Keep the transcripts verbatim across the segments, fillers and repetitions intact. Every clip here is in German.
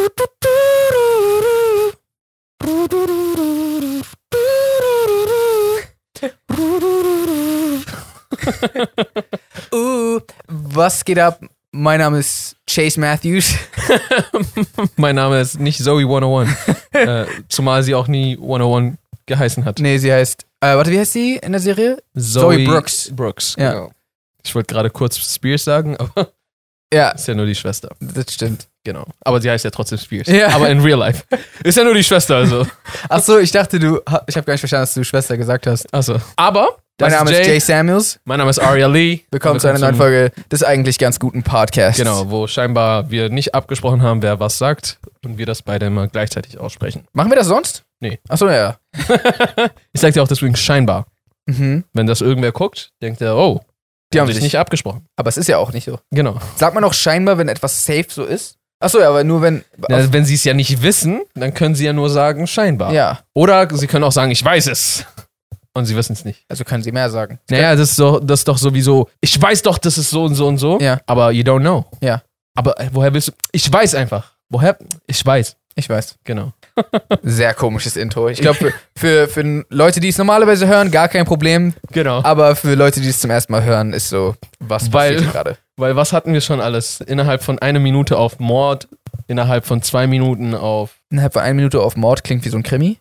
uh, was geht ab? Mein Name ist Chase Matthews. Mein Name ist nicht Zoe hundertundeins. äh, zumal sie auch nie hundertundeins geheißen hat. Nee, sie heißt, äh, warte, wie heißt sie in der Serie? Zoe, Zoe Brooks. Brooks, Ja. genau. Ich wollte gerade kurz Spears sagen, aber Ja, ist ja nur die Schwester. das stimmt. Genau. Aber sie heißt ja trotzdem Spears. Ja. Aber in real life. Ist ja nur die Schwester, also. Achso, ich dachte, du, ich habe gar nicht verstanden, dass du Schwester gesagt hast. Achso. Aber, Mein Name ist Jay Samuels. Mein Name ist Aria Lee. Willkommen zu einer neuen Folge des eigentlich ganz guten Podcasts. Genau, wo scheinbar wir nicht abgesprochen haben, wer was sagt und wir das beide immer gleichzeitig aussprechen. Machen wir das sonst? Nee. Achso, ja. Ich sag dir auch deswegen scheinbar. Mhm. Wenn das irgendwer guckt, denkt er, oh, Die haben sich sich nicht abgesprochen. Aber es ist ja auch nicht so. Genau. Sagt man auch scheinbar, wenn etwas safe so ist? Achso, ja, aber nur wenn... Ja, wenn sie es ja nicht wissen, dann können sie ja nur sagen, scheinbar. ja, Oder sie können auch sagen, ich weiß es. Und sie wissen es nicht. also können sie mehr sagen. Naja, das ist, so, das ist doch sowieso, ich weiß doch, das ist so und so und so, Ja. aber you don't know. Ja. Aber äh, woher willst du? Ich weiß einfach. Woher? Ich weiß. Ich weiß. Genau. Sehr komisches Intro. Ich glaube, für, für, für Leute, die es normalerweise hören, gar kein Problem. Genau. Aber für Leute, die es zum ersten Mal hören, ist so, was Weil- passiert gerade? Weil was hatten wir schon alles? Innerhalb von einer Minute auf Mord, innerhalb von zwei Minuten auf... Innerhalb von einer Minute auf Mord klingt wie so ein Krimi.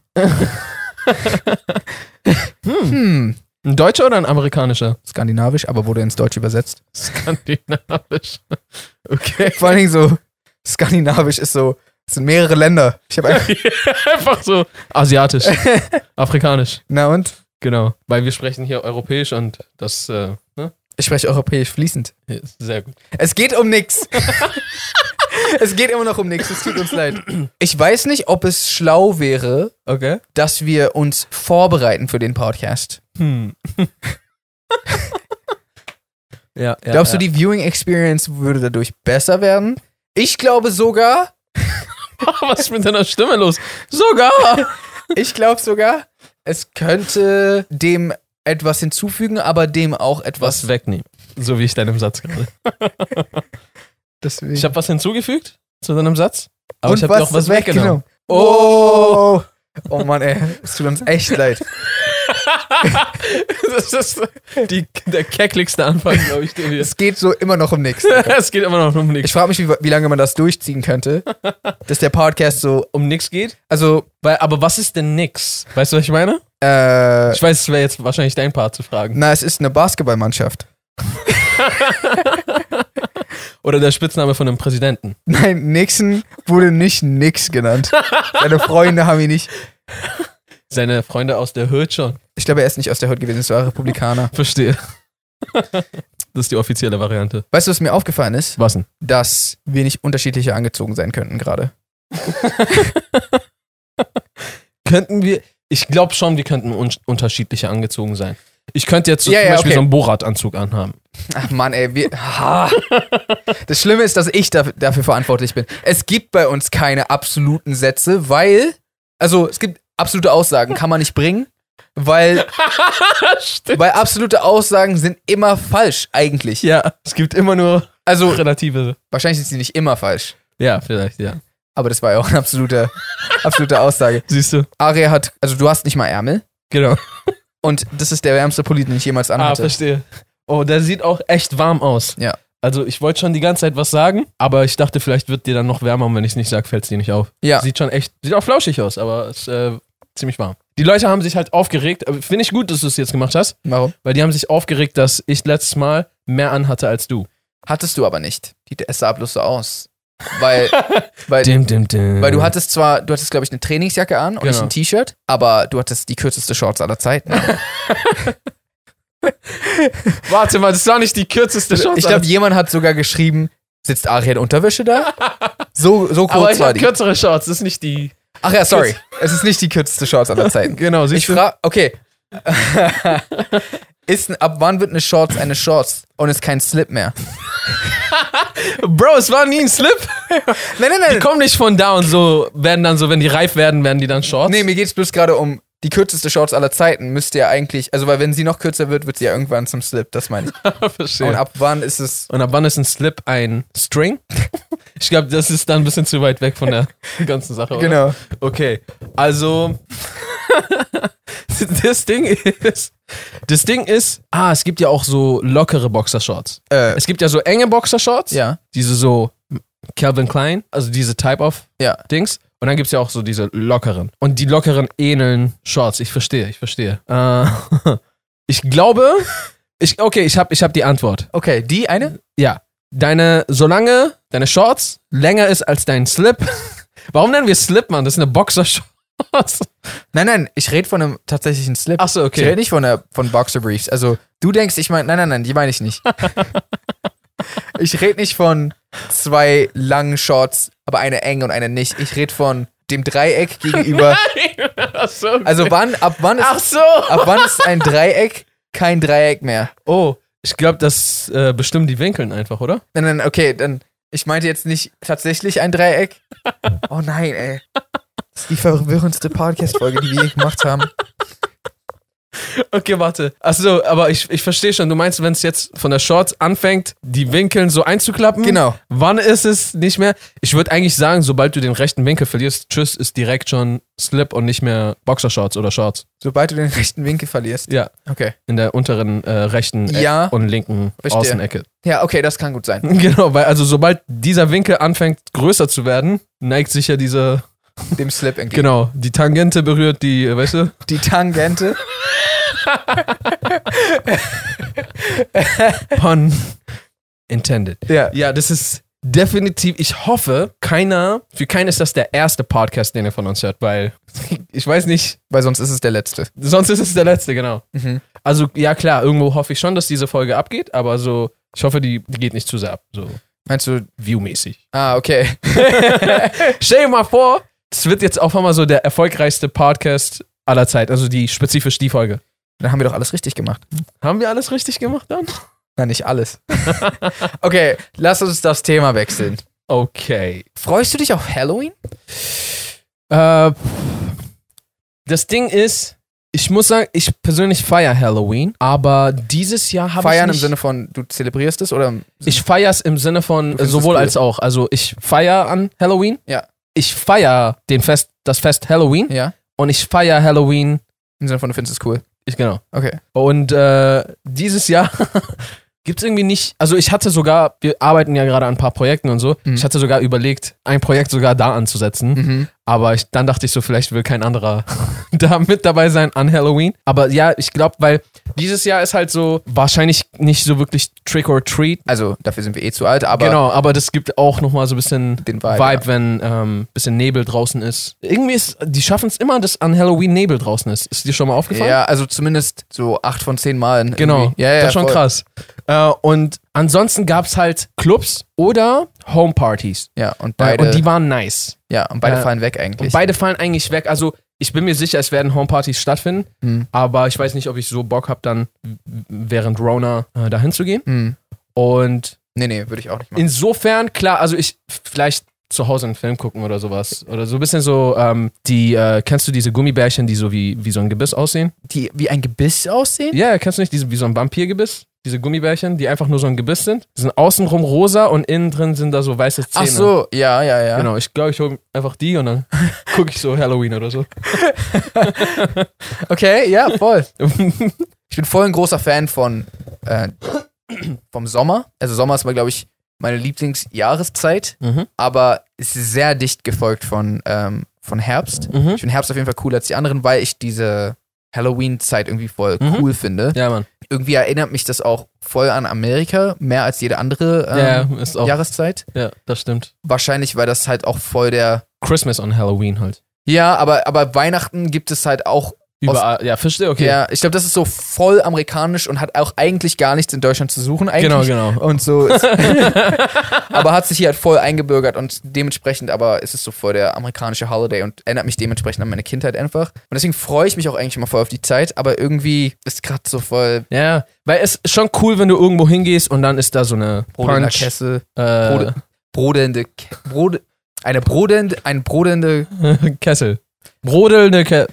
hm. Ein deutscher oder ein amerikanischer? Skandinavisch, aber wurde ins Deutsche übersetzt. Skandinavisch. Okay. Vor allen Dingen so, Skandinavisch ist so, es sind mehrere Länder. Ich habe einfach, Einfach so asiatisch, afrikanisch. na und? Genau. Weil wir sprechen hier europäisch und das äh, ne? Ich spreche europäisch fließend. ist sehr gut. Es geht um nix. Es geht immer noch um nix, es tut uns leid. Ich weiß nicht, ob es schlau wäre, Okay. dass wir uns vorbereiten für den Podcast. Hm. ja, ja, Glaubst ja. du, die Viewing Experience würde dadurch besser werden? Ich glaube sogar, Was ist mit deiner Stimme los? Sogar! ich glaube sogar, es könnte dem etwas hinzufügen, aber dem auch etwas Was wegnehmen. So wie ich deinem Satz gerade. Deswegen. Ich habe was hinzugefügt zu deinem Satz, aber Und ich habe noch was weggenommen. Oh! Oh Mann, ey, es tut uns echt leid. Das ist die, der keckligste Anfang, glaube ich, den wir. Es geht so immer noch um nichts. Es geht immer noch um nichts. Ich frage mich, wie, wie lange man das durchziehen könnte, dass der Podcast so, Um nichts geht? also, Weil, aber was ist denn nix? Weißt du, was ich meine? äh, Ich weiß, es wäre jetzt wahrscheinlich dein Part zu fragen. na, es ist eine Basketballmannschaft. Oder der Spitzname von einem Präsidenten. Nein, Nixon wurde nicht Nix genannt. Seine Freunde haben ihn nicht. Seine Freunde aus der Hood schon. Ich glaube, er ist nicht aus der Hood gewesen, es war Republikaner. Verstehe. Das ist die offizielle Variante. Weißt du, was mir aufgefallen ist? Was denn? Dass wir nicht unterschiedlicher angezogen sein könnten gerade. Könnten wir. Ich glaube schon, wir könnten un unterschiedlicher angezogen sein. Ich könnte jetzt so Ja, zum ja, Beispiel okay. so einen Borat-Anzug anhaben. Ach Mann, ey, wir. Ha. Das Schlimme ist, dass ich da, dafür verantwortlich bin. Es gibt bei uns keine absoluten Sätze, weil. Also, es gibt absolute Aussagen, kann man nicht bringen, weil, Stimmt. weil absolute Aussagen sind immer falsch, eigentlich. Ja, es gibt immer nur Also, relative. wahrscheinlich sind sie nicht immer falsch. Ja, vielleicht, ja. Aber das war ja auch eine absolute, absolute Aussage. Siehst du? Aria hat, also du hast nicht mal Ärmel. Genau. Und das ist der wärmste Pulli, den ich jemals Ah, anhatte. verstehe. Oh, der sieht auch echt warm aus. Ja. Also ich wollte schon die ganze Zeit was sagen, aber ich dachte, vielleicht wird dir dann noch wärmer und wenn ich es nicht sage, fällt es dir nicht auf. Ja. Sieht schon echt, sieht auch flauschig aus, aber es ist äh, ziemlich warm. Die Leute haben sich halt aufgeregt, aber finde ich gut, dass du es jetzt gemacht hast, Warum? weil die haben sich aufgeregt, dass ich letztes Mal mehr anhatte als du. Hattest du aber nicht. Die, es sah bloß so aus. Weil, weil, Dim, dim, dim. weil du hattest zwar, du hattest, glaube ich, eine Trainingsjacke an und nicht Genau. ein T-Shirt, aber du hattest die kürzeste Shorts aller Zeiten. Warte mal, das war nicht die kürzeste Chance. Ich glaube, jemand hat sogar geschrieben, sitzt Aria in Unterwäsche da? So, so aber kurz ich war habe die. kürzere Shorts, das ist nicht die. Ach ja, sorry. Es ist nicht die kürzeste Shorts aller Zeiten. Genau, Ich siehst du? frage, okay. Ist, ab wann wird eine Shorts eine Shorts und ist kein Slip mehr? Bro, es war nie ein Slip. Nein, nein, Die nein. kommen nicht von da und so, werden dann so, wenn die reif werden, werden die dann Shorts. Nee, mir geht's bloß gerade um, die kürzeste Shorts aller Zeiten müsste ja eigentlich, also weil wenn sie noch kürzer wird, wird sie ja irgendwann zum Slip, das meine ich. Verstehe. Und ab wann ist es... Und ab wann ist ein Slip ein String? Ich glaube, das ist dann ein bisschen zu weit weg von der ganzen Sache, oder? Genau. Okay, also das Ding ist, das Ding ist, ah, es gibt ja auch so lockere Boxershorts. Äh, Es gibt ja so enge Boxershorts, ja, diese so Calvin Klein, also diese Type of ja. Dings. Und dann gibt es ja auch so diese lockeren. Und die lockeren ähneln Shorts. Ich verstehe, ich verstehe. Äh, ich glaube, ich, okay, ich habe ich hab die Antwort. Okay, die eine? Ja, deine, solange deine Shorts länger ist als dein Slip. Warum nennen wir Slip, Mann? Das ist eine Boxershorts. Nein, nein, ich rede von einem tatsächlichen Slip. Ach so, Ich okay. rede nicht von, einer, von Boxerbriefs. Also, du denkst, ich meine, nein, nein, nein, die meine ich nicht. Ich rede nicht von zwei langen Shorts, aber eine eng und eine nicht. Ich rede von dem Dreieck gegenüber. Ach so, okay. Also wann, ab wann ist, Ach so. ab wann ist ein Dreieck kein Dreieck mehr? Oh, ich glaube, das äh, bestimmen die Winkeln einfach, oder? Nein, nein, okay, dann, ich meinte jetzt nicht tatsächlich ein Dreieck. Oh nein, ey. Das ist die verwirrendste Podcast-Folge, die wir je gemacht haben. Okay, warte. Achso, aber ich, ich verstehe schon. Du meinst, wenn es jetzt von der Shorts anfängt, die Winkeln so einzuklappen? Genau. Wann ist es nicht mehr? Ich würde eigentlich sagen, sobald du den rechten Winkel verlierst, tschüss, ist direkt schon Slip und nicht mehr Boxershorts oder Shorts. Sobald du den rechten Winkel verlierst. Ja, Okay. in der unteren äh, rechten Eck Ja. und linken Verstehe. Außenecke. Ja, okay, das kann gut sein. Genau, weil also sobald dieser Winkel anfängt größer zu werden, neigt sich ja diese, Dem Slip entgegen. genau, die Tangente berührt die, äh, weißt du? Die Tangente. Pun intended. Ja. Ja, das ist definitiv, ich hoffe, keiner, für keinen ist das der erste Podcast, den er von uns hört, weil ich weiß nicht, Weil sonst ist es der letzte. sonst ist es der letzte, genau. Mhm. Also, ja klar, irgendwo hoffe ich schon, dass diese Folge abgeht, aber so, ich hoffe, die, die geht nicht zu sehr ab, so Meinst du, viewmäßig. ah, okay. Stell dir mal vor, es wird jetzt auf einmal so der erfolgreichste Podcast aller Zeit, also die spezifisch die Folge. Dann haben wir doch alles richtig gemacht. Haben wir alles richtig gemacht dann? Nein, nicht alles. Okay, lass uns das Thema wechseln. Okay. Freust du dich auf Halloween? Äh, das Ding ist, ich muss sagen, ich persönlich feiere Halloween, aber dieses Jahr habe ich Feiern nicht... im Sinne von, du zelebrierst es oder? Im Sinne Ich feiere es im Sinne von Du findest sowohl es cool. als auch. Also ich feiere an Halloween. Ja. Ich feiere den Fest, das Fest Halloween ja, und ich feiere Halloween. im Sinne von, du findest es cool. Ich, genau. Okay. Und äh, dieses Jahr gibt es irgendwie nicht, also ich hatte sogar, wir arbeiten ja gerade an ein paar Projekten und so, Mhm. ich hatte sogar überlegt, ein Projekt sogar da anzusetzen, Mhm. aber ich, dann dachte ich so, vielleicht will kein anderer da mit dabei sein an Halloween. Aber ja, ich glaube, weil dieses Jahr ist halt so wahrscheinlich nicht so wirklich Trick or Treat. Also, dafür sind wir eh zu alt, aber Genau, aber das gibt auch nochmal so ein bisschen den Vibe. Vibe, wenn ein ähm, bisschen Nebel draußen ist. Irgendwie ist, die schaffen es immer, dass an Halloween Nebel draußen ist. Ist dir schon mal ja. aufgefallen? ja, also zumindest so acht von zehn Mal. Genau, irgendwie. Ja, ja, das ist schon voll. krass. Äh, und ansonsten gab es halt Clubs oder Homepartys. Ja, und Äh, beide, und die waren nice. ja, und beide äh, fallen weg eigentlich. Und beide fallen eigentlich weg. Also ich bin mir sicher, es werden Homepartys stattfinden, Hm. aber ich weiß nicht, ob ich so Bock habe, dann während Rona äh, dahin zu gehen. Hm. Und Nee, nee, würde ich auch nicht machen. insofern, klar, also ich vielleicht zu Hause einen Film gucken oder sowas. Oder so ein bisschen so, ähm, die, äh, kennst du diese Gummibärchen, die so wie, wie so ein Gebiss aussehen? Die wie ein Gebiss aussehen? Ja, kennst du nicht, diese, wie so ein Vampirgebiss? Diese Gummibärchen, die einfach nur so ein Gebiss sind. Die sind außenrum rosa und innen drin sind da so weiße Zähne. Ach so, ja, ja, ja. Genau, ich glaube, ich hole einfach die und dann gucke ich so Halloween oder so. Okay, ja, voll. Ich bin voll ein großer Fan von äh, vom Sommer. Also Sommer ist mal, glaube ich, meine Lieblingsjahreszeit, Mhm. aber es ist sehr dicht gefolgt von, ähm, von Herbst. Mhm. Ich finde Herbst auf jeden Fall cooler als die anderen, weil ich diese Halloween-Zeit irgendwie voll Mhm. cool finde. Ja, Mann. Irgendwie erinnert mich das auch voll an Amerika, mehr als jede andere ähm, ja, ist auch. Jahreszeit. Ja, das stimmt. Wahrscheinlich, weil das halt auch voll der... Christmas on Halloween halt. Ja, aber, aber Weihnachten gibt es halt auch... Überall. Ja, verstehe, okay. Ja, ich glaube, das ist so voll amerikanisch und hat auch eigentlich gar nichts in Deutschland zu suchen. Eigentlich. Genau, genau. Und so. Ist aber hat sich hier halt voll eingebürgert und dementsprechend aber ist es so voll der amerikanische Holiday und erinnert mich dementsprechend an meine Kindheit einfach. Und deswegen freue ich mich auch eigentlich immer voll auf die Zeit, aber irgendwie ist gerade so voll Ja, weil es ist schon cool, wenn du irgendwo hingehst und dann ist da so eine brodelnder Punch. Kessel, Äh, Brode, brodelnde, Ke- Brode, eine brodelnde, ein brodelnde, Kessel. Brodelnde Kessel.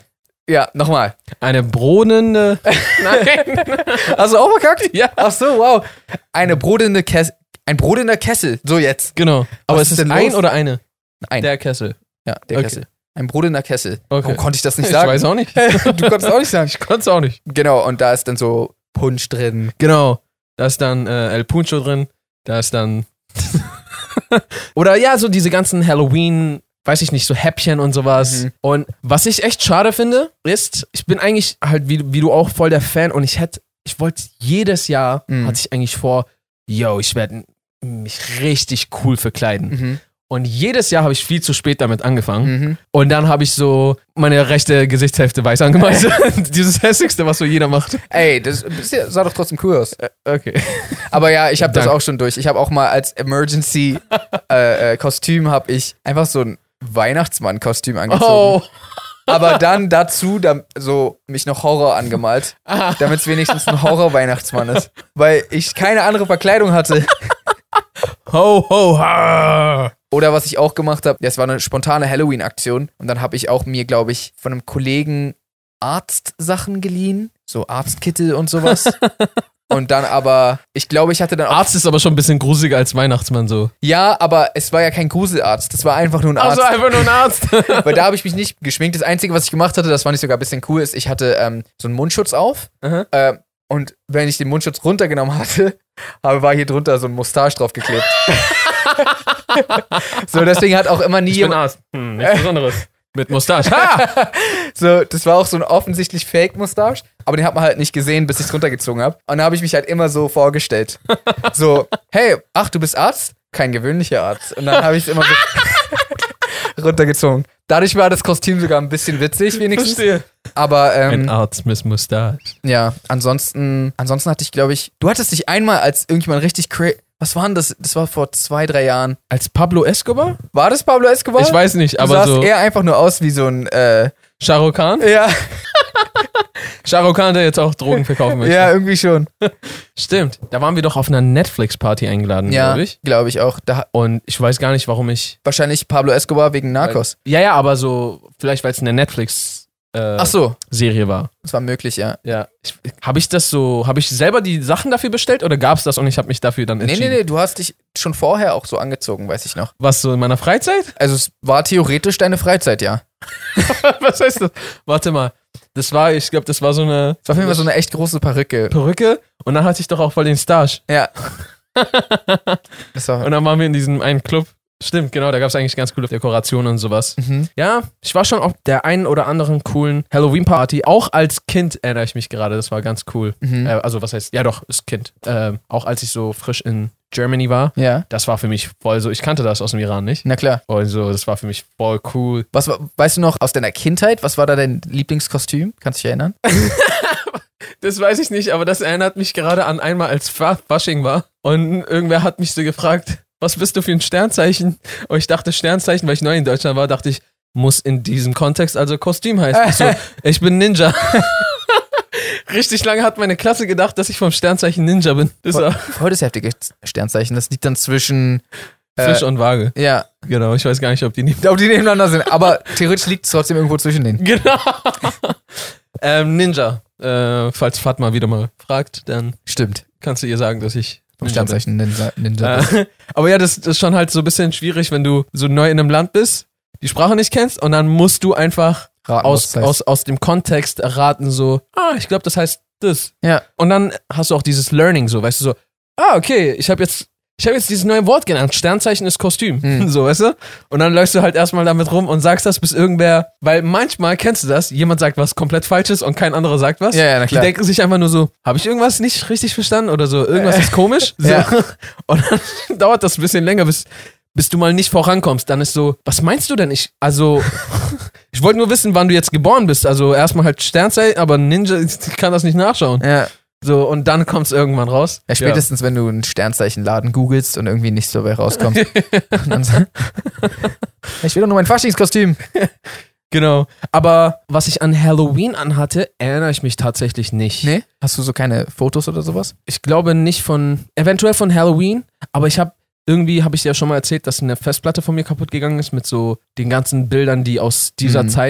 Ja, nochmal. Eine brodelnde. Nein. Hast du auch verkackt? Ja. Ach so, wow. Eine brodelnde Kessel. Ein brodelnder Kessel. So jetzt. Genau. Aber Was es ist ist denn ein los? oder eine? Ein. Der Kessel. Ja, der Okay. Kessel. Ein brodelnder Kessel. Okay. Warum konnte ich das nicht Ich sagen? weiß auch nicht. Du konntest auch nicht sagen. Ich konnte es auch nicht. Genau, und da ist dann so Punsch drin. Genau. Da ist dann äh, El Puncho drin. Da ist dann. Oder ja, so diese ganzen Halloween, weiß ich nicht, so Häppchen und sowas. Mhm. Und was ich echt schade finde, ist, ich bin eigentlich halt wie, wie du auch voll der Fan und ich hätte, ich wollte jedes Jahr, Mhm. hatte ich eigentlich vor, yo, ich werde mich richtig cool verkleiden. Mhm. Und jedes Jahr habe ich viel zu spät damit angefangen. Mhm. Und dann habe ich so meine rechte Gesichtshälfte weiß angemalt. Dieses hässlichste, was so jeder macht. Ey, das, das sah doch trotzdem cool aus. Okay. Aber ja, ich habe das Danke. auch schon durch. Ich habe auch mal als Emergency-Kostüm äh, äh, Kostüm habe ich einfach so ein Weihnachtsmann-Kostüm angezogen. Oh. Aber dann dazu da, so mich noch Horror angemalt, damit es wenigstens ein Horror-Weihnachtsmann ist. Weil ich keine andere Verkleidung hatte. Ho, ho, ha. Oder was ich auch gemacht habe, das war eine spontane Halloween-Aktion. Und dann habe ich auch mir, glaube ich, von einem Kollegen Arztsachen geliehen. So Arztkittel und sowas. Und dann aber, ich glaube, ich hatte dann auch... Arzt ist aber schon ein bisschen gruseliger als Weihnachtsmann so. Ja, aber es war ja kein Gruselarzt. Das war einfach nur ein Arzt. Also einfach nur ein Arzt. Weil da habe ich mich nicht geschminkt. Das Einzige, was ich gemacht hatte, das fand ich sogar ein bisschen cool, ist, ich hatte ähm, so einen Mundschutz auf. Aha. Äh, und wenn ich den Mundschutz runtergenommen hatte, aber war hier drunter so ein Mustache draufgeklebt. So, deswegen hat auch immer nie Ich bin jemand... Arzt. Hm, nichts Besonderes. Mit Mustache. Ha! So, das war auch so ein offensichtlich Fake-Mustache, aber den hat man halt nicht gesehen, bis ich es runtergezogen habe. Und da habe ich mich halt immer so vorgestellt. So, hey, ach, du bist Arzt? Kein gewöhnlicher Arzt. Und dann habe ich es immer so runtergezogen. Dadurch war das Kostüm sogar ein bisschen witzig, wenigstens. Verstehe. Aber, Ein ähm, Arzt mit Mustache. ja, ansonsten, ansonsten hatte ich, glaube ich, du hattest dich einmal als irgendjemand richtig cra... Was war denn das? Das war vor zwei, drei Jahren. Als Pablo Escobar? War das Pablo Escobar? Ich weiß nicht, Du aber sahst so. eher einfach nur aus wie so ein, äh, Shah Rukh Khan? ja, Shah Rukh Khan, der jetzt auch Drogen verkaufen möchte. ja, irgendwie schon. Stimmt. Da waren wir doch auf einer Netflix-Party eingeladen, Ja, glaube ich. glaube ich auch. Da, Und ich weiß gar nicht, warum ich. wahrscheinlich Pablo Escobar wegen Narcos. Ja, ja, aber so, vielleicht weil es eine Netflix-Serie Ach so, war. das war möglich, ja. Ja. Habe ich das so, habe ich selber die Sachen dafür bestellt oder gab es das und ich habe mich dafür dann Nee, entschieden? nee, nee, du hast dich schon vorher auch so angezogen, weiß ich noch. Was, so in meiner Freizeit? Also es war theoretisch deine Freizeit, ja. Was heißt das? Warte mal. Das war, ich glaube, das war so eine Es war auf jeden Fall so eine echt große Perücke. Perücke und dann hatte ich doch auch voll den Stash. Ja. Das war, Und dann waren wir in diesem einen Club. Stimmt, genau, da gab es eigentlich ganz coole Dekorationen und sowas. mhm. Ja, ich war schon auf der einen oder anderen coolen Halloween-Party. Auch als Kind erinnere ich mich gerade, das war ganz cool. Mhm. Äh, also was heißt, ja doch, ist Kind. Ähm, auch als ich so frisch in Germany war, Ja, das war für mich voll so, ich kannte das aus dem Iran nicht. na klar. Und so, das war für mich voll cool. Was war, weißt du noch aus deiner Kindheit, was war da dein Lieblingskostüm? Kannst du dich erinnern? Das weiß ich nicht, aber das erinnert mich gerade an einmal, als Fa- Fasching war. Und irgendwer hat mich so gefragt, was bist du für ein Sternzeichen? Und ich dachte Sternzeichen, weil ich neu in Deutschland war, dachte ich, muss in diesem Kontext also Kostüm heißen. Ich so, ich bin Ninja. Richtig lange hat meine Klasse gedacht, dass ich vom Sternzeichen Ninja bin. Das Voll, war voll das heftige Sternzeichen. Das liegt dann zwischen. Fisch Äh, und Waage. ja, Genau, ich weiß gar nicht, ob die nicht. ob die nebeneinander sind. Aber theoretisch liegt es trotzdem irgendwo zwischen denen. Genau. ähm, Ninja. Äh, falls Fatma wieder mal fragt, dann Stimmt. kannst du ihr sagen, dass ich Vom Ninja bin. Sternzeichen Ninja. Ninja bist. Äh, aber ja, das, das ist schon halt so ein bisschen schwierig, wenn du so neu in einem Land bist, die Sprache nicht kennst und dann musst du einfach Raten, was aus, das heißt. aus, aus dem Kontext erraten, so, ah, ich glaube, das heißt das. Ja. Und dann hast du auch dieses Learning, so, weißt du, so, ah, okay, ich habe jetzt, ich habe jetzt dieses neue Wort genannt, Sternzeichen ist Kostüm, Hm. so, weißt du? Und dann läufst du halt erstmal damit rum und sagst das, bis irgendwer, weil manchmal, kennst du das, jemand sagt was komplett Falsches und kein anderer sagt was. Ja, ja, na Die klar. denken sich einfach nur so, habe ich irgendwas nicht richtig verstanden oder so, irgendwas ist komisch. So. Ja. Und dann dauert das ein bisschen länger, bis, bis du mal nicht vorankommst. Dann ist so, was meinst du denn? Ich, also, ich wollte nur wissen, wann du jetzt geboren bist. Also erstmal halt Sternzeichen, aber Ninja, ich kann das nicht nachschauen. Ja. So, und dann kommt es irgendwann raus. Ja, spätestens, wenn du einen Sternzeichenladen googelst und irgendwie nicht so dabei rauskommst. Und dann so, ich will doch nur mein Faschingskostüm. Genau. Aber was ich an Halloween anhatte, erinnere ich mich tatsächlich nicht. Nee? Hast du so keine Fotos oder sowas? Ich glaube nicht von, eventuell von Halloween, aber ich habe irgendwie, habe ich dir ja schon mal erzählt, dass eine Festplatte von mir kaputt gegangen ist mit so den ganzen Bildern, die aus dieser Mhm. Zeit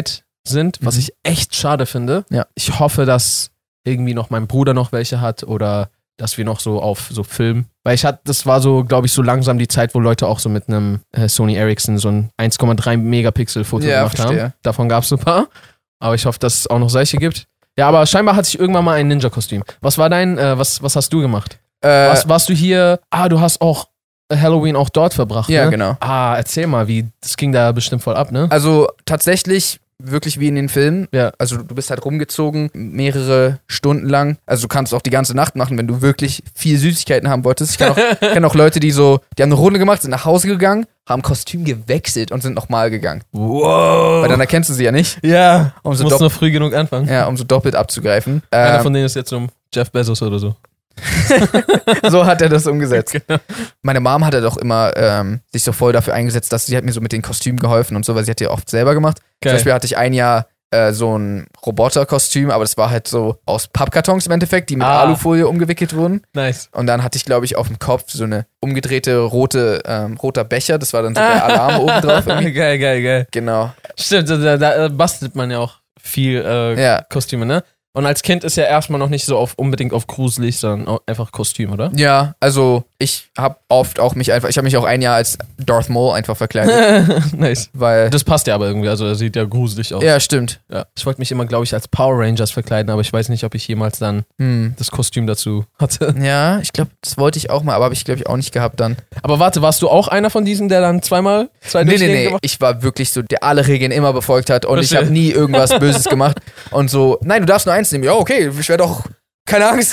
sind, was Mhm. ich echt schade finde. Ja. Ich hoffe, dass irgendwie noch mein Bruder noch welche hat oder dass wir noch so auf so Film. Weil ich hatte, das war so, glaube ich, so langsam die Zeit, wo Leute auch so mit einem äh, Sony Ericsson so ein eins Komma drei Megapixel Foto Ja, gemacht verstehe. haben. Davon gab es ein paar. Aber ich hoffe, dass es auch noch solche gibt. Ja, aber scheinbar hatte ich irgendwann mal ein Ninja-Kostüm. Was war dein, äh, was, was hast du gemacht? Äh, Was, warst du hier, ah, du hast auch Halloween auch dort verbracht, ja, ne? genau. Ah, erzähl mal, wie, das ging da bestimmt voll ab, ne? Also tatsächlich wirklich wie in den Filmen. Ja. Also du bist halt rumgezogen, mehrere Stunden lang. Also du kannst auch die ganze Nacht machen, wenn du wirklich viel Süßigkeiten haben wolltest. Ich kenne auch, kenn auch Leute, die so, die haben eine Runde gemacht, sind nach Hause gegangen, haben Kostüm gewechselt und sind nochmal gegangen. Wow. Weil dann erkennst du sie ja nicht, Ja, um du so, musst dopp noch früh genug anfangen. ja, um so doppelt abzugreifen. Einer Ähm, von denen ist jetzt um Jeff Bezos oder so. so hat er das umgesetzt. Genau. Meine Mom hat ja doch immer ähm, sich so voll dafür eingesetzt, dass sie hat mir so mit den Kostümen geholfen und so, weil sie hat ja oft selber gemacht. Zum Geil. Beispiel hatte ich ein Jahr äh, so ein Roboterkostüm, aber das war halt so aus Pappkartons im Endeffekt, die mit Ah. Alufolie umgewickelt wurden. Nice. Und dann hatte ich, glaube ich, auf dem Kopf so eine umgedrehte rote, ähm, roter Becher. Das war dann so der Alarm oben drauf. Irgendwie. Geil, geil, geil. Genau. Stimmt, da, da bastelt man ja auch viel äh, Ja. Kostüme, ne? Und als Kind ist ja erstmal noch nicht so auf, unbedingt auf gruselig, sondern auch einfach Kostüm, oder? Ja, also ich habe oft auch mich einfach, ich habe mich auch ein Jahr als Darth Maul einfach verkleidet, Nice. weil, Das passt ja aber irgendwie, also er sieht ja gruselig aus. ja, stimmt. Ja. Ich wollte mich immer, glaube ich, als Power Rangers verkleiden, aber ich weiß nicht, ob ich jemals dann Hm. das Kostüm dazu hatte. Ja, ich glaube, das wollte ich auch mal, aber habe ich, glaube ich, auch nicht gehabt dann. Aber warte, warst du auch einer von diesen, der dann zweimal zwei Nee, nee, Durchgänge nee. gemacht Ich war wirklich so, der alle Regeln immer befolgt hat und ich Verstehe. habe nie irgendwas Böses gemacht. Und so, nein, du darfst nur eins nehmen. Ja, okay, ich werde doch, keine Angst.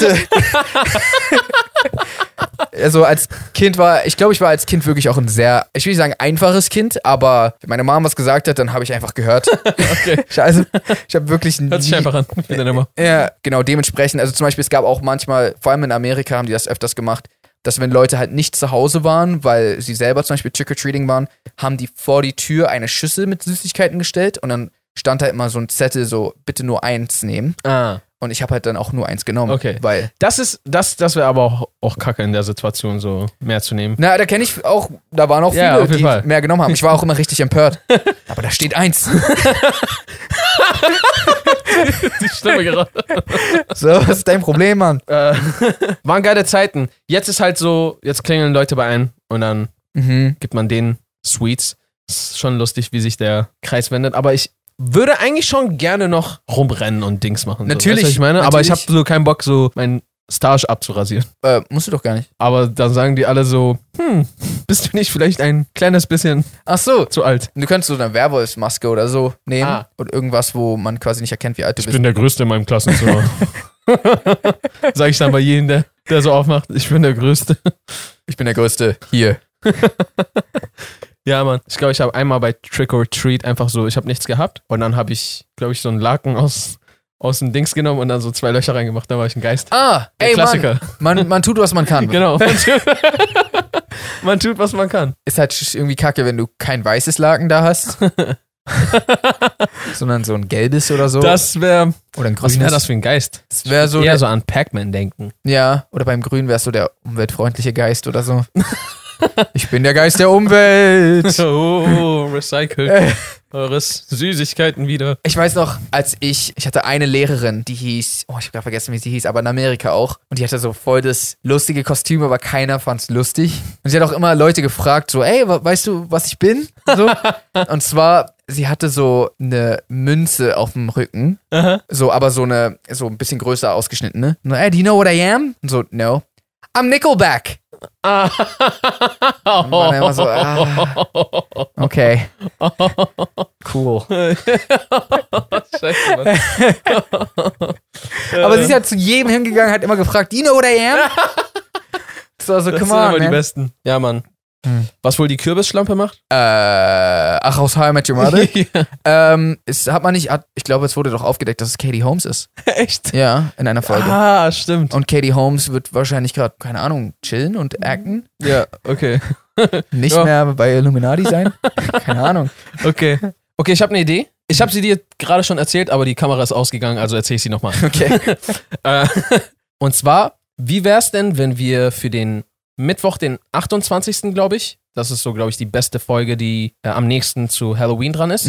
Also als Kind war, ich glaube, ich war als Kind wirklich auch ein sehr, ich will nicht sagen einfaches Kind, aber wenn meine Mama was gesagt hat, dann habe ich einfach gehört. Okay. Also ich habe wirklich nie, Hört sich einfach an. Ich bin dann immer. ja, genau, dementsprechend, also zum Beispiel, es gab auch manchmal, vor allem in Amerika haben die das öfters gemacht, dass wenn Leute halt nicht zu Hause waren, weil sie selber zum Beispiel Trick-or-Treating waren, haben die vor die Tür eine Schüssel mit Süßigkeiten gestellt und dann stand da immer so ein Zettel, so, bitte nur eins nehmen. Ah. Und ich habe halt dann auch nur eins genommen. Okay. Weil, Das ist, das, das wäre aber auch, auch kacke in der Situation, so mehr zu nehmen. na, da kenne ich auch, da waren auch Ja, viele, auf jeden die Fall. mehr genommen haben. Ich war auch immer richtig empört. Aber da steht eins. Die Stimme gerade. So, was ist dein Problem, Mann? Äh, waren geile Zeiten. Jetzt ist halt so, jetzt klingeln Leute bei ein und dann Mhm. gibt man denen Sweets. Ist schon lustig, wie sich der Kreis wendet. Aber ich würde eigentlich schon gerne noch rumrennen und Dings machen. Natürlich, So. Weißt du, was ich meine? Aber ich habe natürlich. so keinen Bock, so meinen Stage abzurasieren. Äh, musst du doch gar nicht. Aber dann sagen die alle so, hm, bist du nicht vielleicht ein kleines bisschen Ach so. zu alt? Du könntest so eine Werwolfsmaske oder so nehmen. Ah. Und irgendwas, wo man quasi nicht erkennt, wie alt du bist. der Größte in meinem Klassenzimmer. Sag ich dann bei jedem, der, der so aufmacht, ich bin der Größte. Ich bin der Größte. Hier. Ja, Mann. Ich glaube, ich habe einmal bei Trick or Treat einfach so, ich habe nichts gehabt. Und dann habe ich, glaube ich, so einen Laken aus, aus dem Dings genommen und dann so zwei Löcher reingemacht. Dann war ich ein Geist. Ah, Der ey, Klassiker. Mann. Man, man tut, was man kann. Genau. Man tut, man tut, was man kann. Ist halt sch- irgendwie kacke, wenn du kein weißes Laken da hast. Sondern so ein gelbes oder so. Das wäre, oder ein was grünes. wäre das für ein Geist? Das wäre so, Eher der, so an Pac-Man denken. ja, oder beim Grün wär's so der umweltfreundliche Geist oder so. Ich bin der Geist der Umwelt. Oh, recycelt eures Süßigkeiten wieder. Ich weiß noch, als ich, ich hatte eine Lehrerin, die hieß, oh, ich habe gerade vergessen, wie sie hieß, aber in Amerika auch. Und die hatte so voll das lustige Kostüm, aber keiner fand's lustig. Und sie hat auch immer Leute gefragt, so, ey, we- weißt du, was ich bin? So. Und zwar, sie hatte so eine Münze auf dem Rücken. Aha. So, aber so eine, so ein bisschen größer ausgeschnitten, ne? Und so, hey, do you know what I am? Und so, no. I'm Nickelback. Ah. Und man immer so, ah, okay. Cool. Scheiße, Mann. Aber sie ist ja zu jedem hingegangen, hat immer gefragt, do you know what I am? So, so, Das come sind on, immer die man. Besten. Ja, Mann. Hm. Was wohl die Kürbisschlampe macht? Äh, ach, aus How I Met Your Mother? ähm, es hat man nicht, hat, ich glaube, es wurde doch aufgedeckt, dass es Katie Holmes ist. Echt? Ja, in einer Folge. Ah, stimmt. Und Katie Holmes wird wahrscheinlich gerade, keine Ahnung, chillen und acten. Ja, okay. Nicht Ja. mehr bei Illuminati sein. Keine Ahnung. Okay. Okay, ich habe eine Idee. Ich habe sie dir gerade schon erzählt, aber die Kamera ist ausgegangen, also erzähle ich sie nochmal. Okay. Äh, Und zwar, wie wär's denn, wenn wir für den Mittwoch, den achtundzwanzigsten glaube ich, das ist so, glaube ich, die beste Folge, die äh, am nächsten zu Halloween dran ist, Mhm.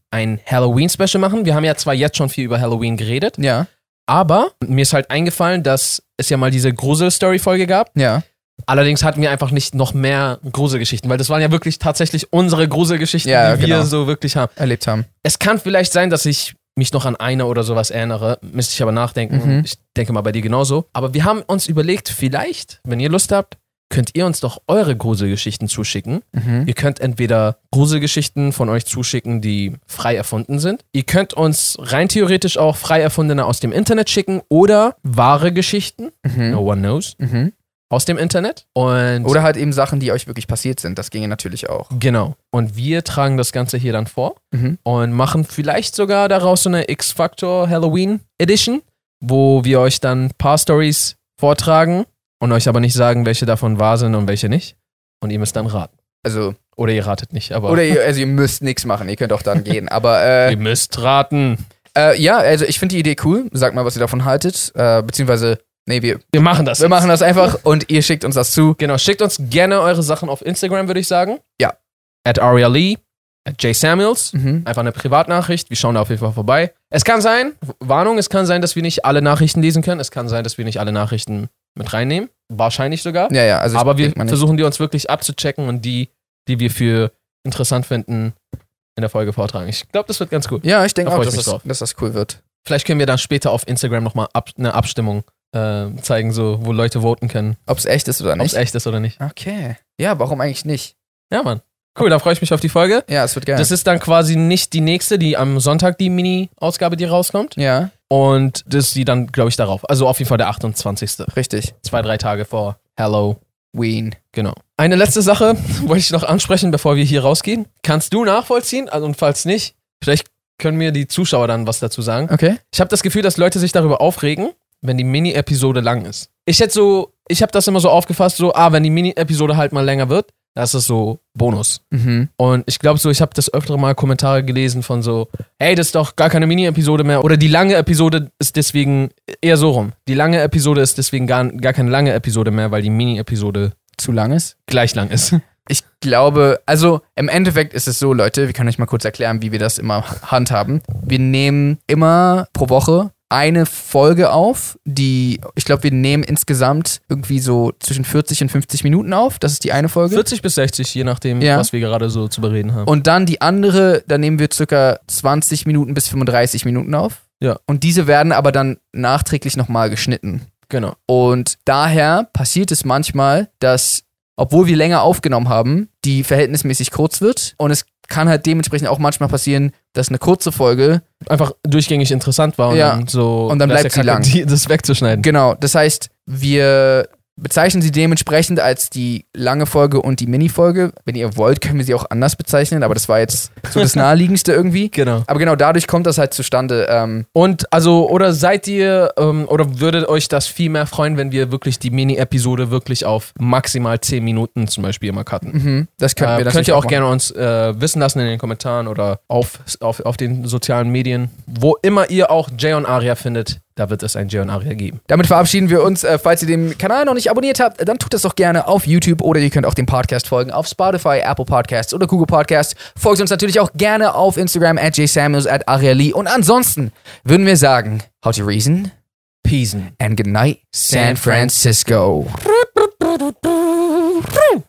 ein Halloween-Special machen. Wir haben ja zwar jetzt schon viel über Halloween geredet, Ja, aber mir ist halt eingefallen, dass es ja mal diese Grusel-Story-Folge gab. ja. Allerdings hatten wir einfach nicht noch mehr Gruselgeschichten, weil das waren ja wirklich tatsächlich unsere Gruselgeschichten, Ja, die wir genau. so wirklich haben. Erlebt haben. Es kann vielleicht sein, dass ich mich noch an eine oder sowas erinnere, müsste ich aber nachdenken. Mhm. Ich denke mal bei dir genauso. Aber wir haben uns überlegt, vielleicht, wenn ihr Lust habt, könnt ihr uns doch eure Gruselgeschichten zuschicken. Mhm. Ihr könnt entweder Gruselgeschichten von euch zuschicken, die frei erfunden sind. Ihr könnt uns rein theoretisch auch frei erfundene aus dem Internet schicken oder wahre Geschichten, Mhm. no one knows, Mhm. aus dem Internet. Und Oder halt eben Sachen, die euch wirklich passiert sind. Das ginge natürlich auch. genau. Und wir tragen das Ganze hier dann vor Mhm. und machen vielleicht sogar daraus so eine X-Factor Halloween Edition, wo wir euch dann ein paar Stories vortragen und euch aber nicht sagen, welche davon wahr sind und welche nicht. Und ihr müsst dann raten. Also, Oder ihr ratet nicht, aber oder ihr, also ihr müsst nichts machen, ihr könnt auch dann gehen. Aber äh, ihr müsst raten. äh, ja, also ich finde die Idee cool. Sagt mal, was ihr davon haltet. Äh, beziehungsweise, nee, wir, Wir machen das. wir jetzt. machen das einfach und ihr schickt uns das zu. Genau, schickt uns gerne eure Sachen auf Instagram, würde ich sagen. Ja. At Aria Lee, at J Samuels. Mhm. Einfach eine Privatnachricht. Wir schauen da auf jeden Fall vorbei. Es kann sein, Warnung, es kann sein, dass wir nicht alle Nachrichten lesen können. Es kann sein, dass wir nicht alle Nachrichten mit reinnehmen. Wahrscheinlich sogar. Ja, ja, also ich Aber wir denk mal nicht. versuchen die uns wirklich abzuchecken und die, die wir für interessant finden, in der Folge vortragen. Ich glaube, das wird ganz gut. Ja, ich denke Da auch, freu ich dass mich das, drauf. dass das cool wird. Vielleicht können wir dann später auf Instagram nochmal ab, eine Abstimmung äh, zeigen, so, wo Leute voten können, Ob es echt ist oder ob es nicht. echt ist oder nicht. Okay. Ja, warum eigentlich nicht? Ja, Mann. Cool, da freue ich mich auf die Folge. Ja, es wird geil. Das ist dann quasi nicht die nächste, die am Sonntag die Mini-Ausgabe, die rauskommt. ja, Und das ist die dann, glaube ich, darauf. Also auf jeden Fall der achtundzwanzigste richtig. Zwei, drei Tage vor Halloween. Ween. Genau. Eine letzte Sache wollte ich noch ansprechen, bevor wir hier rausgehen. Kannst du nachvollziehen? Also, und falls nicht, vielleicht können mir die Zuschauer dann was dazu sagen. Okay. Ich habe das Gefühl, dass Leute sich darüber aufregen, wenn die Mini-Episode lang ist. Ich hätte so, ich habe das immer so aufgefasst, so, ah, wenn die Mini-Episode halt mal länger wird, das ist so Bonus. Mhm. Und ich glaube so, ich habe das öftere Mal Kommentare gelesen von so, hey, das ist doch gar keine Mini-Episode mehr. Oder die lange Episode ist deswegen eher so rum. Die lange Episode ist deswegen gar, gar keine lange Episode mehr, weil die Mini-Episode Zu lang ist? gleich lang ist. Ich glaube, also im Endeffekt ist es so, Leute, wir können euch mal kurz erklären, wie wir das immer handhaben. Wir nehmen immer pro Woche eine Folge auf, die, ich glaube, wir nehmen insgesamt irgendwie so zwischen vierzig und fünfzig Minuten auf. Das ist die eine Folge. vierzig bis sechzig, je nachdem, Ja. was wir gerade so zu bereden haben. Und dann die andere, da nehmen wir circa zwanzig Minuten bis fünfunddreißig Minuten auf. Ja. Und diese werden aber dann nachträglich nochmal geschnitten. Genau. Und daher passiert es manchmal, dass, obwohl wir länger aufgenommen haben, die verhältnismäßig kurz wird. Und es kann halt dementsprechend auch manchmal passieren, dass eine kurze Folge, Einfach durchgängig interessant war und Ja. dann so. Und dann das ist bleibt ja sie kacke, lang. Die, das wegzuschneiden. genau, das heißt, wir bezeichnen sie dementsprechend als die lange Folge und die Mini-Folge. Wenn ihr wollt, können wir sie auch anders bezeichnen, aber das war jetzt so das Naheliegendste irgendwie. Genau. Aber genau dadurch kommt das halt zustande. Ähm, Und also, oder seid ihr, ähm, oder würdet euch das viel mehr freuen, wenn wir wirklich die Mini-Episode wirklich auf maximal zehn Minuten zum Beispiel immer cutten? mhm, das könnten wir Äh, natürlich könnt ihr auch machen. gerne uns äh, wissen lassen in den Kommentaren oder auf, auf, auf den sozialen Medien. Wo immer ihr auch Jay und Aria findet, da wird es ein Jay und Aria geben. Damit verabschieden wir uns. Äh, falls ihr den Kanal noch nicht abonniert habt, dann tut das doch gerne auf YouTube oder ihr könnt auch dem Podcast folgen auf Spotify, Apple Podcasts oder Google Podcasts. Folgt uns natürlich auch gerne auf Instagram at jsamuels at ariali. Und ansonsten würden wir sagen, how to reason Peace. and good night, San Francisco.